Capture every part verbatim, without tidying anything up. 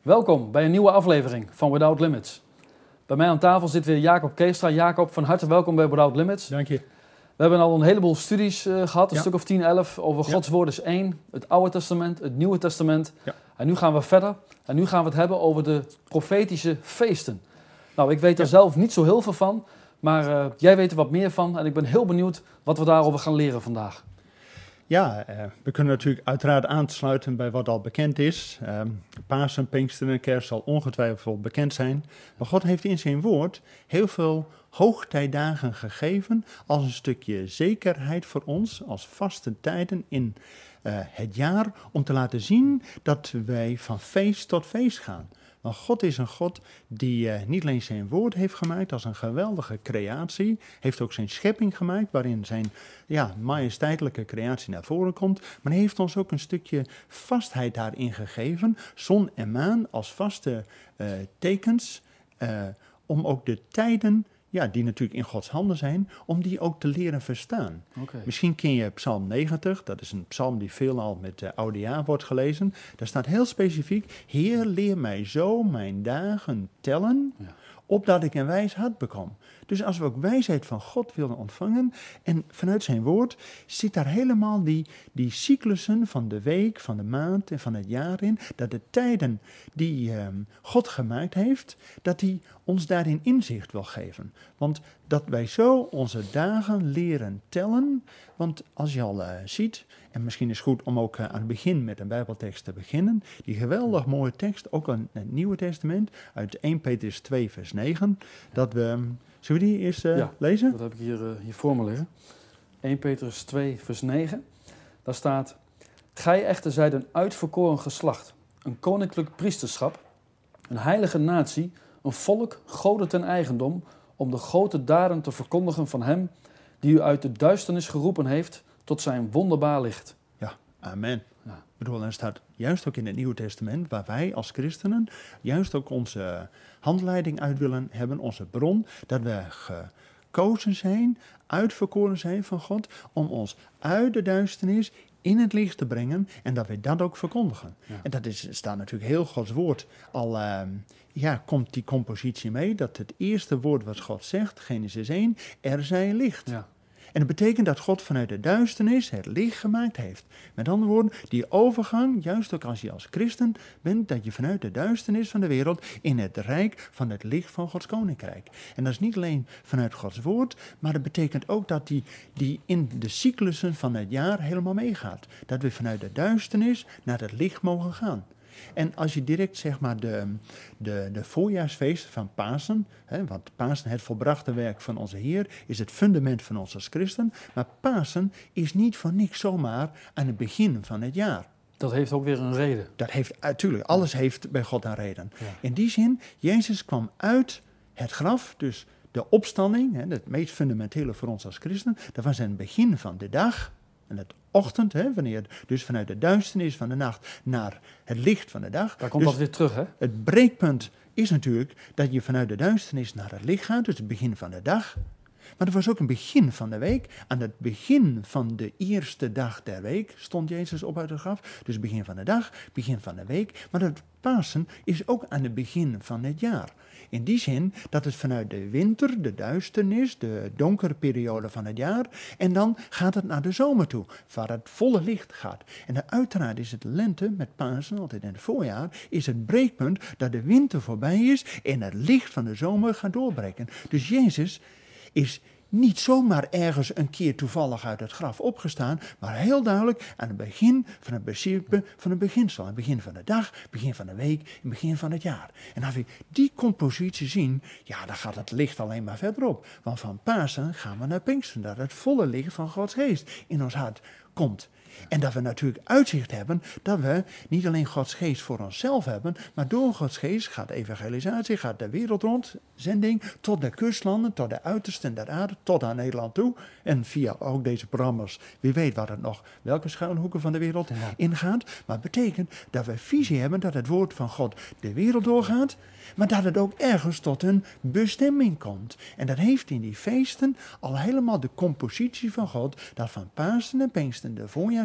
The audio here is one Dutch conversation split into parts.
Welkom bij een nieuwe aflevering van Without Limits. Bij mij aan tafel zit weer Jacob Keestra. Jacob, van harte welkom bij Without Limits. Dank je. We hebben al een heleboel studies uh, gehad, een ja. stuk of tien, elf, over Gods ja. woord is één. Het Oude Testament, het Nieuwe Testament. Ja. En nu gaan we verder. En nu gaan we het hebben over de profetische feesten. Nou, ik weet er ja. zelf niet zo heel veel van, maar uh, jij weet er wat meer van. En ik ben heel benieuwd wat we daarover gaan leren vandaag. Ja, uh, we kunnen natuurlijk uiteraard aansluiten bij wat al bekend is. Uh, Pasen, Pinksteren en Kerst zal ongetwijfeld bekend zijn. Maar God heeft in zijn woord heel veel hoogtijdagen gegeven als een stukje zekerheid voor ons, als vaste tijden in uh, het jaar, om te laten zien dat wij van feest tot feest gaan. Want God is een God die uh, niet alleen zijn woord heeft gemaakt als een geweldige creatie, heeft ook zijn schepping gemaakt waarin zijn ja, majesteitelijke creatie naar voren komt, maar hij heeft ons ook een stukje vastheid daarin gegeven, zon en maan als vaste uh, tekens, uh, om ook de tijden, ja, die natuurlijk in Gods handen zijn, om die ook te leren verstaan. Okay. Misschien ken je Psalm negentig, dat is een psalm die veelal met uh, oudejaar wordt gelezen. Daar staat heel specifiek, Heer, leer mij zo mijn dagen tellen, ja. opdat ik een wijs hart bekom. Dus als we ook wijsheid van God willen ontvangen, en vanuit zijn woord zit daar helemaal die, die cyclussen van de week, van de maand en van het jaar in, dat de tijden die um, God gemaakt heeft, dat hij ons daarin inzicht wil geven. Want dat wij zo onze dagen leren tellen, want als je al uh, ziet, en misschien is het goed om ook uh, aan het begin met een Bijbeltekst te beginnen, die geweldig mooie tekst, ook in het Nieuwe Testament, uit eerste Petrus twee vers negen, dat we... Um, Zullen we die eerst uh, ja, lezen? Dat heb ik hier, uh, hier voor me liggen. eerste Petrus twee vers negen. Daar staat: Gij echter zijt een uitverkoren geslacht, een koninklijk priesterschap, een heilige natie, een volk, goden ten eigendom, om de grote daden te verkondigen van hem die u uit de duisternis geroepen heeft tot zijn wonderbaar licht. Ja, amen. Ja. Ik bedoel, er staat juist ook in het Nieuwe Testament, waar wij als christenen juist ook onze handleiding uit willen hebben, onze bron, dat we gekozen zijn, uitverkoren zijn van God, om ons uit de duisternis in het licht te brengen en dat wij dat ook verkondigen. Ja. En dat is, staat natuurlijk heel Gods woord al, uh, ja, komt die compositie mee, dat het eerste woord wat God zegt, Genesis één, er zij licht. Ja. En dat betekent dat God vanuit de duisternis het licht gemaakt heeft. Met andere woorden, die overgang, juist ook als je als christen bent, dat je vanuit de duisternis van de wereld in het rijk van het licht van Gods koninkrijk. En dat is niet alleen vanuit Gods woord, maar dat betekent ook dat die, die in de cyclussen van het jaar helemaal meegaat. Dat we vanuit de duisternis naar het licht mogen gaan. En als je direct zeg maar de, de, de voorjaarsfeesten van Pasen, hè, want Pasen, het volbrachte werk van onze Heer, is het fundament van ons als christen. Maar Pasen is niet voor niks zomaar aan het begin van het jaar. Dat heeft ook weer een reden. Dat heeft, natuurlijk, alles heeft bij God een reden. Ja. In die zin, Jezus kwam uit het graf, dus de opstanding, hè, het meest fundamentele voor ons als christen, dat was het begin van de dag. En het ochtend, hè, wanneer dus vanuit de duisternis van de nacht naar het licht van de dag. Daar komt dus dat weer terug, hè? Het breekpunt is natuurlijk dat je vanuit de duisternis naar het licht gaat, dus het begin van de dag. Maar er was ook een begin van de week. Aan het begin van de eerste dag der week stond Jezus op uit het graf. Dus begin van de dag, begin van de week. Maar het Pasen is ook aan het begin van het jaar. In die zin dat het vanuit de winter, de duisternis, de donkere periode van het jaar, en dan gaat het naar de zomer toe, waar het volle licht gaat. En uiteraard is het lente met Pasen, altijd in het voorjaar, is het breekpunt dat de winter voorbij is en het licht van de zomer gaat doorbreken. Dus Jezus is niet zomaar ergens een keer toevallig uit het graf opgestaan, maar heel duidelijk aan het begin van het principe van het beginsel. Aan het begin van de dag, begin van de week, het begin van het jaar. En als we die compositie zien, ja, dan gaat het licht alleen maar verder op. Want van Pasen gaan we naar Pinksteren, dat het volle licht van Gods geest in ons hart komt. En dat we natuurlijk uitzicht hebben dat we niet alleen Gods geest voor onszelf hebben, maar door Gods geest gaat evangelisatie, gaat de wereld rond, zending, tot de kustlanden, tot de uitersten der aarde, tot aan Nederland toe. En via ook deze programma's, wie weet waar het nog, welke schuilhoeken van de wereld ingaat. Maar het betekent dat we visie hebben dat het woord van God de wereld doorgaat, maar dat het ook ergens tot een bestemming komt. En dat heeft in die feesten al helemaal de compositie van God, dat van Pasen en Pinksteren, de voorjaars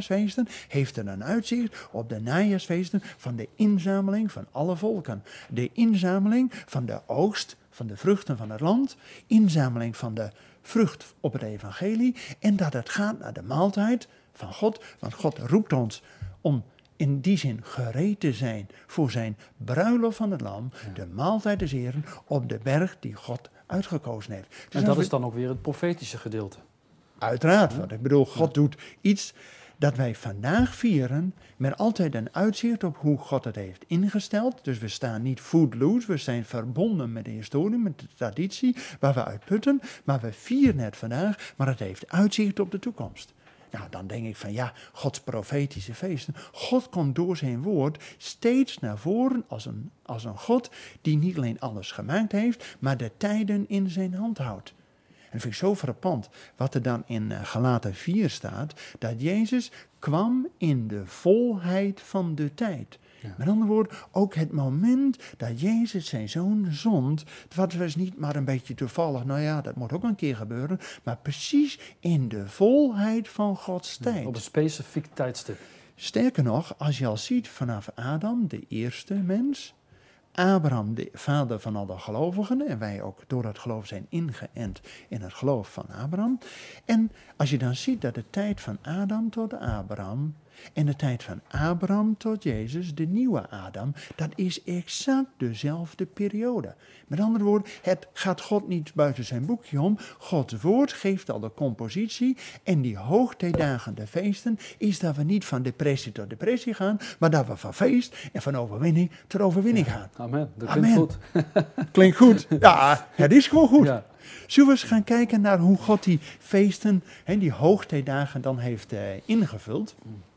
voorjaarsfeesten heeft het een uitzicht op de najaarsfeesten van de inzameling van alle volken. De inzameling van de oogst, van de vruchten van het land, inzameling van de vrucht op het evangelie en dat het gaat naar de maaltijd van God, want God roept ons om in die zin gereed te zijn voor zijn bruiloft van het lam, ja. de maaltijd des Heren op de berg die God uitgekozen heeft. Dus en dat is dan ook weer het profetische gedeelte. Uiteraard, ja. want ik bedoel, God ja. doet iets dat wij vandaag vieren, met altijd een uitzicht op hoe God het heeft ingesteld. Dus we staan niet footloose, we zijn verbonden met de historie, met de traditie, waar we uit putten, maar we vieren het vandaag, maar het heeft uitzicht op de toekomst. Nou, dan denk ik van ja, Gods profetische feesten. God komt door zijn woord steeds naar voren als een, als een God die niet alleen alles gemaakt heeft, maar de tijden in zijn hand houdt. En dat vind ik zo frappant wat er dan in uh, Galaten vier staat, dat Jezus kwam in de volheid van de tijd. Ja. Met andere woorden, ook het moment dat Jezus zijn zoon zond, dat was niet maar een beetje toevallig, nou ja, dat moet ook een keer gebeuren, maar precies in de volheid van Gods tijd. Ja, op een specifiek tijdstip. Sterker nog, als je al ziet vanaf Adam, de eerste mens, Abraham, de vader van alle gelovigen, en wij ook door het geloof zijn ingeënt in het geloof van Abraham. En als je dan ziet dat de tijd van Adam tot Abraham en de tijd van Abraham tot Jezus, de nieuwe Adam, dat is exact dezelfde periode. Met andere woorden, het gaat God niet buiten zijn boekje om. Gods woord geeft al de compositie en die hoogtijdagen, de feesten, is dat we niet van depressie tot depressie gaan, maar dat we van feest en van overwinning tot overwinning gaan. Ja, amen, dat klinkt amen. goed. Klinkt goed. Ja, het is gewoon goed. Ja. Zullen we eens gaan kijken naar hoe God die feesten, hè, die hoogtijdagen dan heeft uh, ingevuld?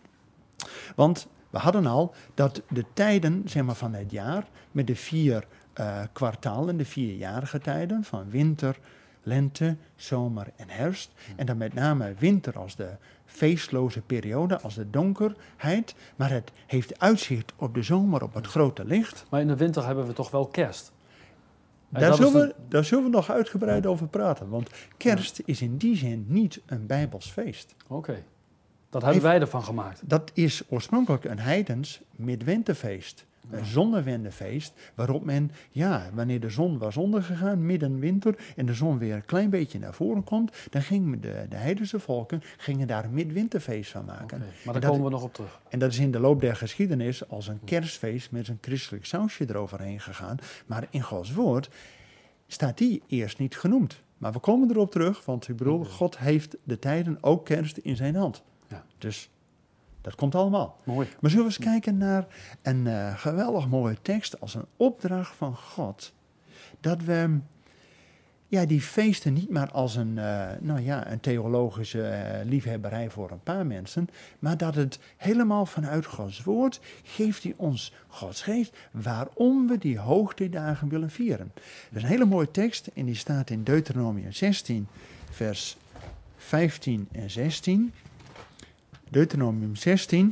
Want we hadden al dat de tijden zeg maar, van het jaar met de vier uh, kwartalen, de vierjarige tijden van winter, lente, zomer en herfst. En dan met name winter als de feestloze periode, als de donkerheid. Maar het heeft uitzicht op de zomer, op het grote licht. Maar in de winter hebben we toch wel kerst? Daar zullen, we, daar zullen we nog uitgebreid ja. over praten. Want kerst ja. is in die zin niet een Bijbels feest. Oké. Okay. Dat hebben wij ervan gemaakt. Dat is oorspronkelijk een heidens midwinterfeest. Een zonnewendefeest, waarop men, ja, wanneer de zon was ondergegaan, midden winter, en de zon weer een klein beetje naar voren komt, dan gingen de, de heidense volken gingen daar een midwinterfeest van maken. Okay, maar daar komen we nog op terug. En dat is in de loop der geschiedenis als een kerstfeest met een christelijk sausje eroverheen gegaan. Maar in Gods woord staat die eerst niet genoemd. Maar we komen erop terug, want ik bedoel, okay. God heeft de tijden, ook kerst, in zijn hand. Ja. Dus dat komt allemaal. Mooi. Maar zullen we eens kijken naar een uh, geweldig mooie tekst als een opdracht van God. Dat we ja, die feesten niet maar als een, uh, nou ja, een theologische uh, liefhebberij voor een paar mensen, maar dat het helemaal vanuit Gods woord geeft hij ons Gods geest waarom we die hoogtijdagen willen vieren. Dat is een hele mooie tekst en die staat in Deuteronomium zestien, vers vijftien en zestien. Deuteronomium zestien,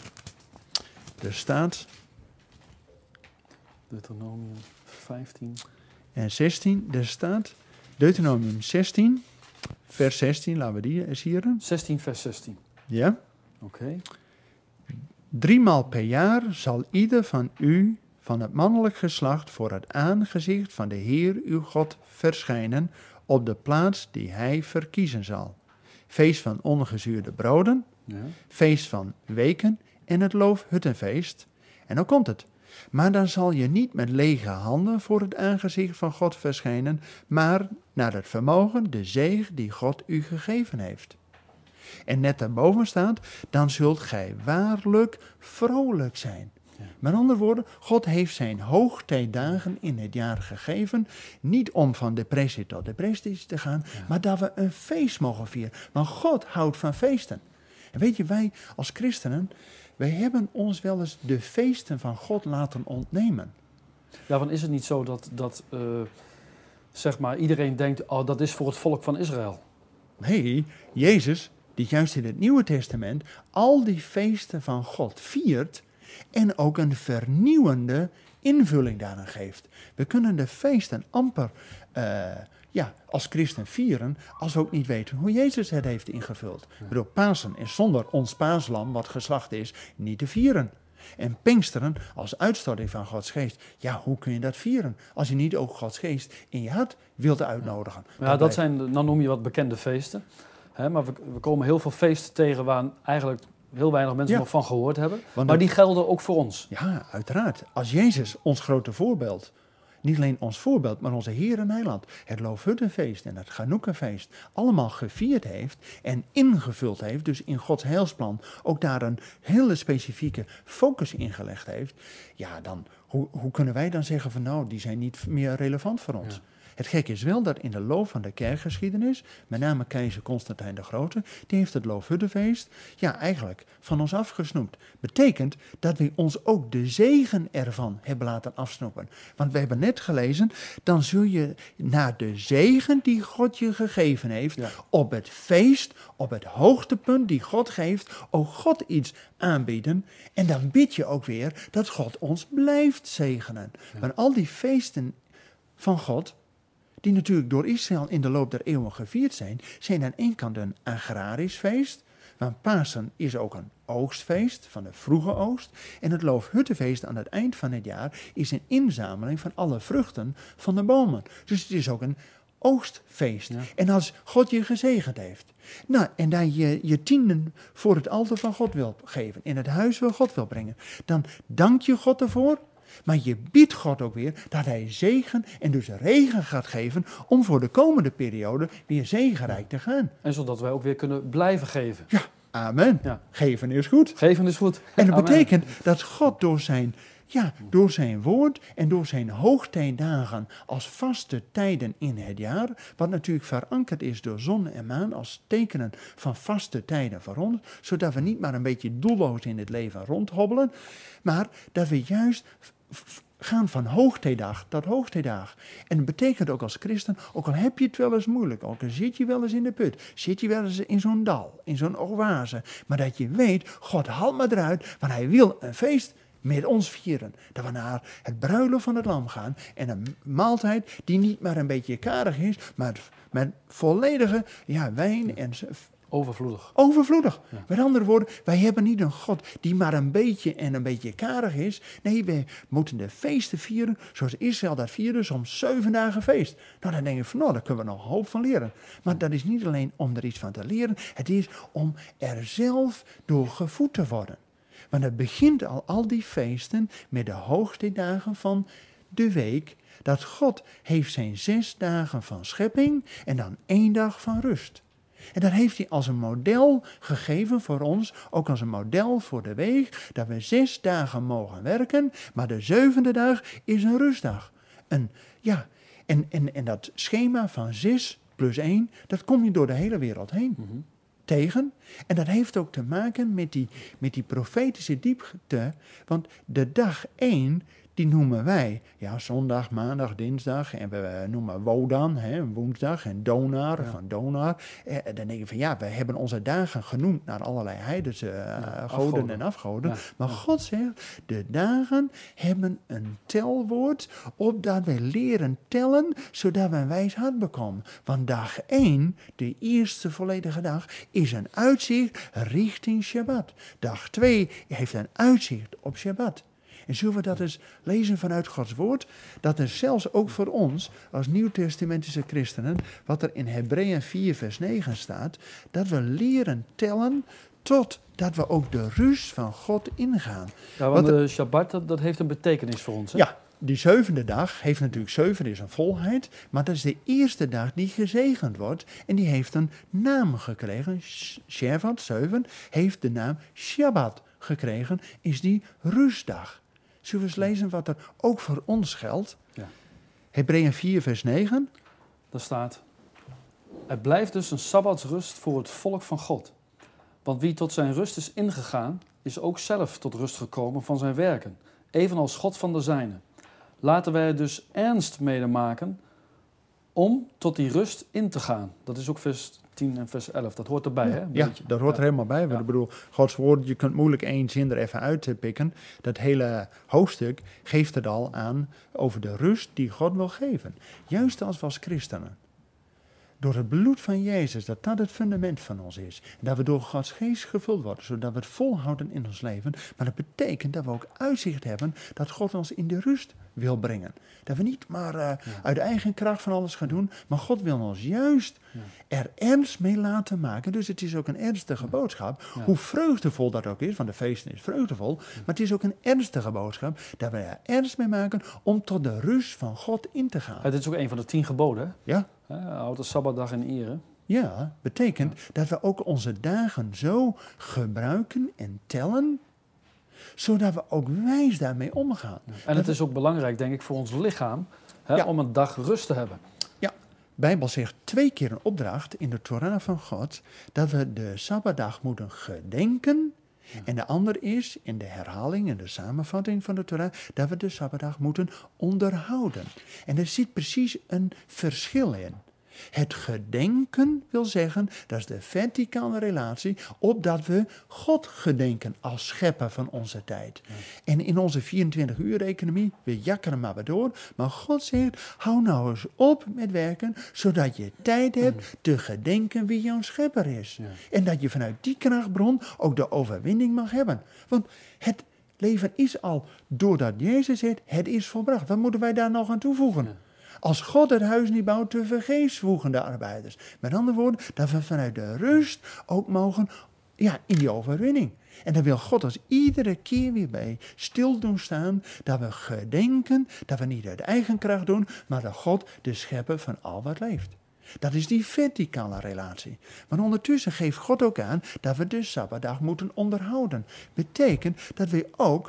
er staat... Deuteronomium vijftien. En zestien, er staat... Deuteronomium zestien, vers zestien, laten we die eens hier. zestien, vers zestien. Ja. Oké. Okay. Driemaal per jaar zal ieder van u, van het mannelijk geslacht, voor het aangezicht van de Heer uw God verschijnen op de plaats die hij verkiezen zal. Feest van ongezuurde broden, ja. Feest van weken en het loofhuttenfeest. En dan komt het. Maar dan zal je niet met lege handen voor het aangezicht van God verschijnen, maar naar het vermogen, de zege die God u gegeven heeft. En net daarboven staat, dan zult gij waarlijk vrolijk zijn. Ja. Met andere woorden, God heeft zijn hoogtijdagen in het jaar gegeven, niet om van depressie tot depressie te gaan, ja. maar dat we een feest mogen vieren. Want God houdt van feesten. En weet je, wij als christenen, wij hebben ons wel eens de feesten van God laten ontnemen. Ja, want is het niet zo dat, dat uh, zeg maar iedereen denkt, oh, dat is voor het volk van Israël? Nee, Jezus, die juist in het Nieuwe Testament al die feesten van God viert, En ook een vernieuwende invulling daaraan geeft. We kunnen de feesten amper uh, ja, als christen vieren als we ook niet weten hoe Jezus het heeft ingevuld. Ja. Ik bedoel, Pasen is zonder ons paaslam, wat geslacht is, niet te vieren. En Pinksteren als uitstorting van Gods geest. Ja, hoe kun je dat vieren? Als je niet ook Gods geest in je hart wilt uitnodigen. Ja, dat, dat zijn, dan noem je wat bekende feesten. Hè, maar we, we komen heel veel feesten tegen waar eigenlijk heel weinig mensen ja. nog van gehoord hebben. Want maar die gelden ook voor ons. Ja, uiteraard. Als Jezus, ons grote voorbeeld, niet alleen ons voorbeeld, maar onze Heer en Heiland, het Loofhuttenfeest en het Chanukka-feest allemaal gevierd heeft en ingevuld heeft, dus in Gods heilsplan ook daar een hele specifieke focus in gelegd heeft, ja, dan, hoe, hoe kunnen wij dan zeggen van nou, die zijn niet meer relevant voor ons? Ja. Het gekke is wel dat in de loop van de kerkgeschiedenis, met name keizer Constantijn de Grote, die heeft het Loofhuttenfeest ja, eigenlijk van ons afgesnoept. Betekent dat we ons ook de zegen ervan hebben laten afsnoepen. Want we hebben net gelezen, dan zul je naar de zegen die God je gegeven heeft, ja. op het feest, op het hoogtepunt die God geeft, ook God iets aanbieden. En dan bid je ook weer dat God ons blijft zegenen. Ja. Want al die feesten van God, die natuurlijk door Israël in de loop der eeuwen gevierd zijn, zijn aan één kant een agrarisch feest, want Pasen is ook een oogstfeest van de vroege oogst. En het Loofhuttenfeest aan het eind van het jaar is een inzameling van alle vruchten van de bomen. Dus het is ook een oogstfeest. Ja. En als God je gezegend heeft, nou, en dan je je tienden voor het altaar van God wil geven, in het huis van God wil brengen, dan dank je God ervoor. Maar je biedt God ook weer dat hij zegen en dus regen gaat geven om voor de komende periode weer zegenrijk te gaan. En zodat wij ook weer kunnen blijven geven. Ja, amen. Ja. Geven is goed. Geven is goed. En dat amen. betekent dat God door zijn, ja, door zijn woord en door zijn hoogtijdagen als vaste tijden in het jaar, wat natuurlijk verankerd is door zon en maan als tekenen van vaste tijden voor ons, zodat we niet maar een beetje doelloos in het leven rondhobbelen, maar dat we juist gaan van hoogtijdag tot hoogtijdag. En dat betekent ook als christen, ook al heb je het wel eens moeilijk, ook al zit je wel eens in de put, zit je wel eens in zo'n dal, in zo'n oase, maar dat je weet, God haalt me eruit, want hij wil een feest met ons vieren. Dat we naar het bruiloft van het lam gaan en een maaltijd die niet maar een beetje karig is, maar met volledige ja, wijn en overvloedig. Overvloedig. Ja. Met andere woorden, wij hebben niet een God die maar een beetje en een beetje karig is. Nee, we moeten de feesten vieren zoals Israël dat vierde, soms zeven dagen feest. Nou, dan denk ik van, nou, daar kunnen we nog een hoop van leren. Maar dat is niet alleen om er iets van te leren, het is om er zelf door gevoed te worden. Want het begint al, al die feesten met de hoogtijdagen van de week, dat God heeft zijn zes dagen van schepping en dan één dag van rust. En dat heeft hij als een model gegeven voor ons, ook als een model voor de week, dat we zes dagen mogen werken, maar de zevende dag is een rustdag. En, ja, en, en, en dat schema van zes plus één, dat kom je door de hele wereld heen mm-hmm. tegen. En dat heeft ook te maken met die, met die profetische diepte, want de dag één, die noemen wij, ja, zondag, maandag, dinsdag, en we noemen Wodan, hè, woensdag, en Donar, ja. van Donar. Eh, dan denk je van, ja, we hebben onze dagen genoemd naar allerlei heidense uh, ja, goden afgoden. en afgoden. Ja. Maar ja. God zegt, de dagen hebben een telwoord, opdat wij leren tellen, zodat we een wijs hart bekomen. Want dag één, de eerste volledige dag, is een uitzicht richting Shabbat. Dag twee heeft een uitzicht op Shabbat. En zullen we dat eens lezen vanuit Gods woord? Dat er zelfs ook voor ons, als nieuwtestamentische christenen, wat er in Hebreeën vier vers negen staat, dat we leren tellen totdat we ook de rust van God ingaan. Ja, want de Shabbat, dat, dat heeft een betekenis voor ons, hè? Ja, die zevende dag heeft natuurlijk, zeven is een volheid, maar dat is de eerste dag die gezegend wordt en die heeft een naam gekregen. Shabbat, zeven, heeft de naam Shabbat gekregen, is die rustdag. Zullen we eens lezen wat er ook voor ons geldt? Ja. Hebreeën vier vers negen. Daar staat, er blijft dus een sabbatsrust voor het volk van God. Want wie tot zijn rust is ingegaan, is ook zelf tot rust gekomen van zijn werken, evenals God van de zijne. Laten wij er dus ernst mede maken om tot die rust in te gaan. Dat is ook vers tien en vers elf. Dat hoort erbij, ja, hè? Een ja, beetje. dat hoort Ja. er helemaal bij. Want Ja. ik bedoel, Gods woord, je kunt moeilijk één zin er even uitpikken. Dat hele hoofdstuk geeft het al aan over de rust die God wil geven. Juist als we als christenen. Door het bloed van Jezus, dat dat het fundament van ons is. Dat we door Gods geest gevuld worden, zodat we het volhouden in ons leven. Maar dat betekent dat we ook uitzicht hebben dat God ons in de rust wil brengen. Dat we niet maar uh, ja. uit eigen kracht van alles gaan doen, maar God wil ons juist ja. er ernst mee laten maken. Dus het is ook een ernstige boodschap. Ja. Hoe vreugdevol dat ook is, want de feesten is vreugdevol. Ja. Maar het is ook een ernstige boodschap, dat we er ernst mee maken om tot de rust van God in te gaan. Het is ook een van de tien geboden, hè? Ja. Uh, Houd de Sabbatdag in ere. Ja, betekent ja. dat we ook onze dagen zo gebruiken en tellen, zodat we ook wijs daarmee omgaan. Ja. En het we... is ook belangrijk, denk ik, voor ons lichaam, hè, ja. om een dag rust te hebben. Ja, de Bijbel zegt twee keer een opdracht in de Torah van God, dat we de Sabbatdag moeten gedenken. Ja. En de ander is, in de herhaling en de samenvatting van de Torah, dat we de Sabbatdag moeten onderhouden. En er zit precies een verschil in. Het gedenken wil zeggen, dat is de verticale relatie, opdat we God gedenken als schepper van onze tijd. Ja. En in onze vierentwintig uur economie, we jakkeren maar weer door, maar God zegt, hou nou eens op met werken, zodat je tijd hebt te gedenken wie jouw schepper is. Ja. En dat je vanuit die krachtbron ook de overwinning mag hebben. Want het leven is al, doordat Jezus zegt, het is volbracht. Wat moeten wij daar nog aan toevoegen? Ja. Als God het huis niet bouwt, te vergeefs voegen de arbeiders. Met andere woorden, dat we vanuit de rust ook mogen, ja, in die overwinning. En dan wil God ons iedere keer weer bij stil doen staan, dat we gedenken, dat we niet uit eigen kracht doen, maar dat God de schepper van al wat leeft. Dat is die verticale relatie. Maar ondertussen geeft God ook aan dat we de Sabbatdag moeten onderhouden. Betekent dat we ook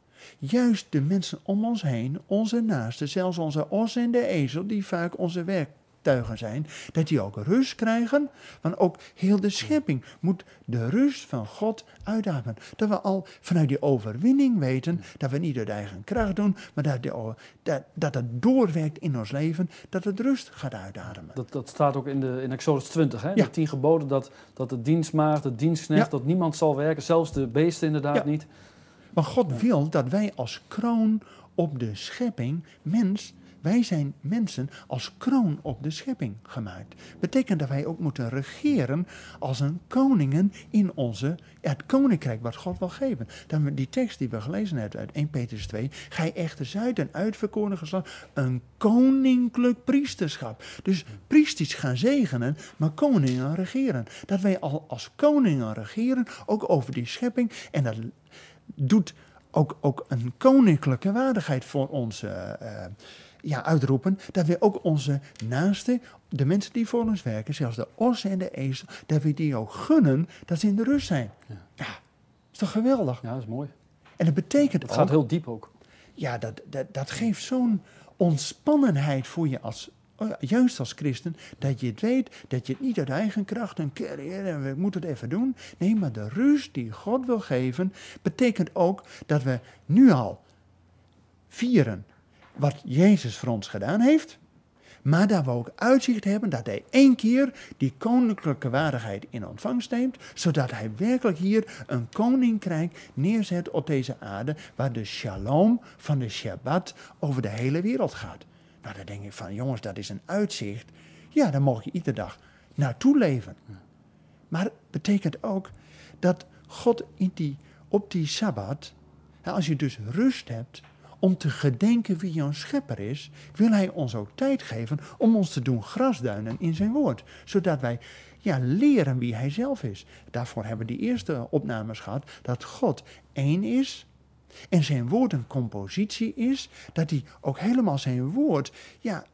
juist de mensen om ons heen, onze naasten, zelfs onze os en de ezel, die vaak onze werktuigen zijn, dat die ook rust krijgen. Want ook heel de schepping moet de rust van God uitademen. Dat we al vanuit die overwinning weten, dat we niet uit eigen kracht doen, maar dat, de, dat, dat het doorwerkt in ons leven, dat het rust gaat uitademen. Dat, dat staat ook in, de, in Exodus twintig, hè? Ja. De tien geboden, dat, dat de dienstmaagd, de dienstknecht, ja. dat niemand zal werken, zelfs de beesten inderdaad ja. niet. Maar God ja. wil dat wij als kroon op de schepping, mens, wij zijn mensen als kroon op de schepping gemaakt. Betekent dat wij ook moeten regeren als een koningen in onze, het koninkrijk wat God wil geven. Dan die tekst die we gelezen hebben uit eerste Petrus twee, gij echter zijt een uitverkoren geslacht, een koninklijk priesterschap. Dus priesters gaan zegenen, maar koningen regeren. Dat wij al als koningen regeren, ook over die schepping, en dat doet ook, ook een koninklijke waardigheid voor ons uh, uh, ja, uitroepen. Dat we ook onze naasten, de mensen die voor ons werken, zelfs de os en de ezel, dat we die ook gunnen dat ze in de rust zijn. Ja, ja is toch geweldig? Ja, dat is mooi. En dat betekent Het ook, gaat heel diep ook. Ja, dat, dat, dat geeft zo'n ontspannenheid voor je als juist als christen, dat je het weet, dat je het niet uit eigen kracht en carrière en we moeten het even doen. Nee, maar de rust die God wil geven, betekent ook dat we nu al vieren wat Jezus voor ons gedaan heeft, maar dat we ook uitzicht hebben dat hij één keer die koninklijke waardigheid in ontvangst neemt, zodat hij werkelijk hier een koninkrijk neerzet op deze aarde, waar de shalom van de Shabbat over de hele wereld gaat. Nou, dan denk ik van, jongens, dat is een uitzicht. Ja, daar mag je iedere dag naartoe leven. Ja. Maar het betekent ook dat God in die, op die Sabbat, als je dus rust hebt om te gedenken wie jouw schepper is, wil hij ons ook tijd geven om ons te doen grasduinen in zijn woord. Zodat wij ja, leren wie hij zelf is. Daarvoor hebben we die eerste opnames gehad, dat God één is. En zijn woord een compositie is, dat hij ook helemaal zijn woord ja,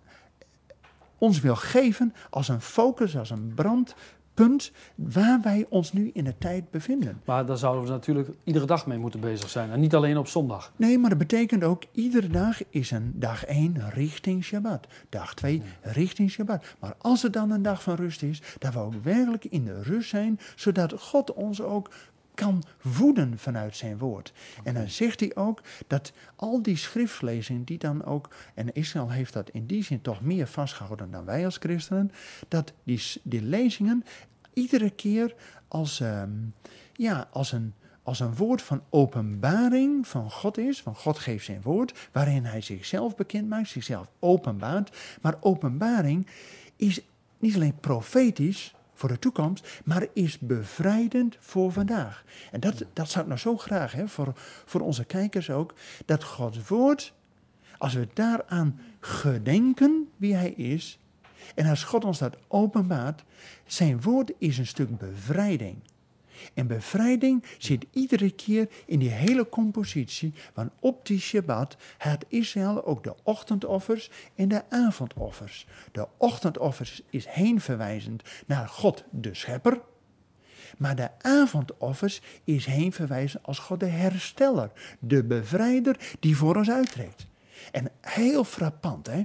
ons wil geven als een focus, als een brandpunt, waar wij ons nu in de tijd bevinden. Maar daar zouden we natuurlijk iedere dag mee moeten bezig zijn en niet alleen op zondag. Nee, maar dat betekent ook, iedere dag is een dag één richting Shabbat. Dag twee ja. richting Shabbat. Maar als het dan een dag van rust is, dat we ook werkelijk in de rust zijn, zodat God ons ook kan voeden vanuit zijn woord. En dan zegt hij ook dat al die schriftlezingen die dan ook, en Israël heeft dat in die zin toch meer vastgehouden dan wij als christenen, dat die, die lezingen iedere keer als, um, ja, als een als een woord van openbaring van God is, van God geeft zijn woord, waarin hij zichzelf bekend maakt, zichzelf openbaart. Maar openbaring is niet alleen profetisch voor de toekomst, maar is bevrijdend voor vandaag. En dat, dat zou ik nou zo graag, hè, voor, voor onze kijkers ook, dat Gods woord, als we daaraan gedenken wie hij is, en als God ons dat openbaart, zijn woord is een stuk bevrijding. En bevrijding zit iedere keer in die hele compositie, want op die Shabbat had Israël ook de ochtendoffers en de avondoffers. De ochtendoffers is heen verwijzend naar God de Schepper, maar de avondoffers is heen verwijzend als God de hersteller, de bevrijder die voor ons uittrekt. En heel frappant, hè?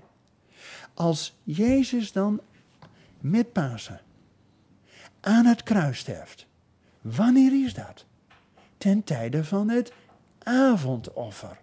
Als Jezus dan met Pasen aan het kruis sterft, wanneer is dat? Ten tijde van het avondoffer.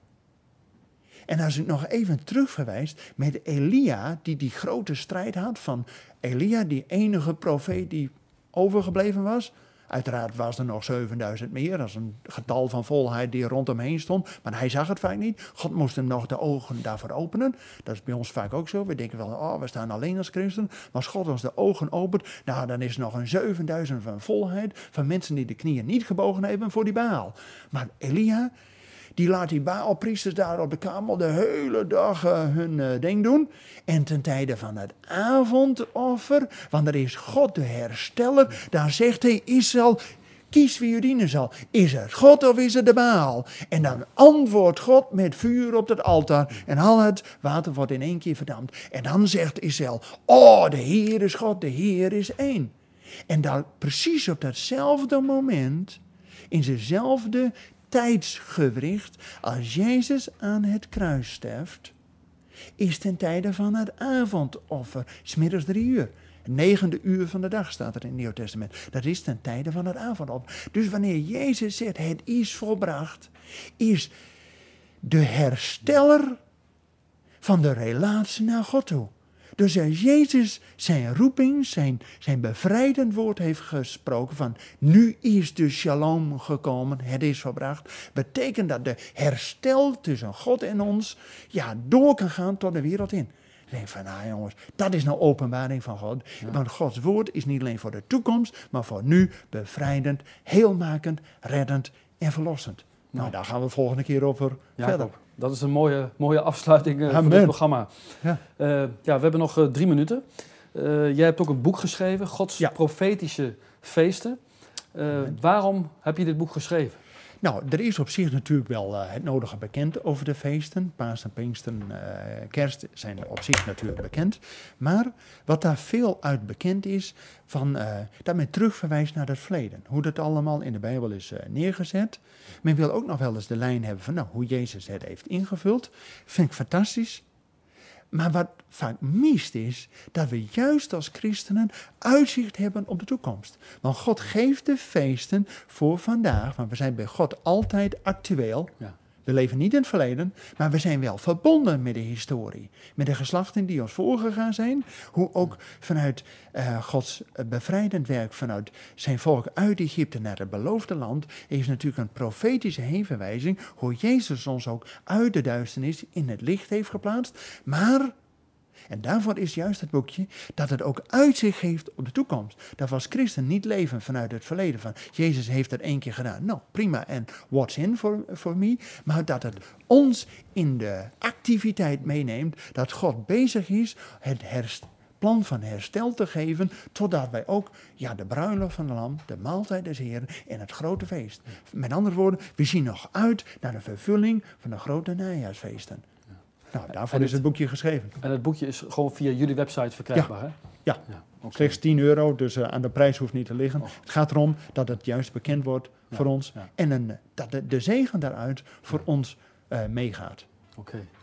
En als ik nog even terugverwijst met Elia, die die grote strijd had van Elia, die enige profeet die overgebleven was. Uiteraard was er nog zevenduizend meer, dat is een getal van volheid die rondom heen stond. Maar hij zag het vaak niet. God moest hem nog de ogen daarvoor openen. Dat is bij ons vaak ook zo. We denken wel, oh, we staan alleen als christen. Maar als God ons de ogen opent, nou, dan is er nog een zevenduizend van volheid. Van mensen die de knieën niet gebogen hebben voor die Baal. Maar Elia, die laat die Baalpriesters daar op de Kamel de hele dag uh, hun uh, ding doen. En ten tijde van het avondoffer, want er is God de hersteller, daar zegt hij, Israël, kies wie u dienen zal. Is het God of is het de Baal? En dan antwoordt God met vuur op het altaar en al het water wordt in één keer verdampt. En dan zegt Israël, oh, de Heer is God, de Heer is één. En dan precies op datzelfde moment, in dezelfde tijdsgewricht, als Jezus aan het kruis sterft, is ten tijde van het avondoffer, 's middags drie uur. Het negende uur van de dag staat er in het Nieuw Testament. Dat is ten tijde van het avondoffer. Dus wanneer Jezus zegt, het is volbracht, is de hersteller van de relatie naar God toe. Dus als Jezus zijn roeping, zijn, zijn bevrijdend woord heeft gesproken van nu is de shalom gekomen, het is volbracht, betekent dat de herstel tussen God en ons ja, door kan gaan tot de wereld in. Ik denk van, nou jongens, dat is nou openbaring van God. Ja. Want Gods woord is niet alleen voor de toekomst, maar voor nu bevrijdend, heelmakend, reddend en verlossend. Nou, nou daar gaan we de volgende keer over ja, verder. Op. Dat is een mooie, mooie afsluiting uh, voor dit programma. Ja. Uh, ja, we hebben nog uh, drie minuten. Uh, jij hebt ook een boek geschreven, Gods ja. profetische feesten. Uh, waarom heb je dit boek geschreven? Nou, er is op zich natuurlijk wel uh, het nodige bekend over de feesten. Pasen, Pinksteren, uh, Kerst zijn op zich natuurlijk bekend. Maar wat daar veel uit bekend is, van, uh, dat men terugverwijst naar het verleden. Hoe dat allemaal in de Bijbel is uh, neergezet. Men wil ook nog wel eens de lijn hebben van nou, hoe Jezus het heeft ingevuld. Vind ik fantastisch. Maar wat vaak mist is, dat we juist als christenen uitzicht hebben op de toekomst. Want God geeft de feesten voor vandaag, want we zijn bij God altijd actueel. Ja. We leven niet in het verleden, maar we zijn wel verbonden met de historie. Met de geslachten die ons voorgegaan zijn. Hoe ook vanuit uh, Gods bevrijdend werk, vanuit zijn volk uit Egypte naar het beloofde land, is natuurlijk een profetische heenverwijzing. Hoe Jezus ons ook uit de duisternis in het licht heeft geplaatst. Maar, en daarvoor is juist het boekje, dat het ook uitzicht geeft op de toekomst. Dat we als christen niet leven vanuit het verleden van Jezus heeft het één keer gedaan. Nou, prima, en what's in for, for me? Maar dat het ons in de activiteit meeneemt, dat God bezig is het herst- plan van herstel te geven, totdat wij ook ja, de bruiloft van de Lam, de maaltijd des Heren en het grote feest. Met andere woorden, we zien nog uit naar de vervulling van de grote najaarsfeesten. Nou, daarvoor het, is het boekje geschreven. En het boekje is gewoon via jullie website verkrijgbaar, ja. hè? Ja, ja okay. Slechts tien euro, dus uh, aan de prijs hoeft niet te liggen. Oh. Het gaat erom dat het juist bekend wordt ja. voor ons. Ja. En een, dat de, de zegen daaruit voor ja. ons uh, meegaat. Oké, okay.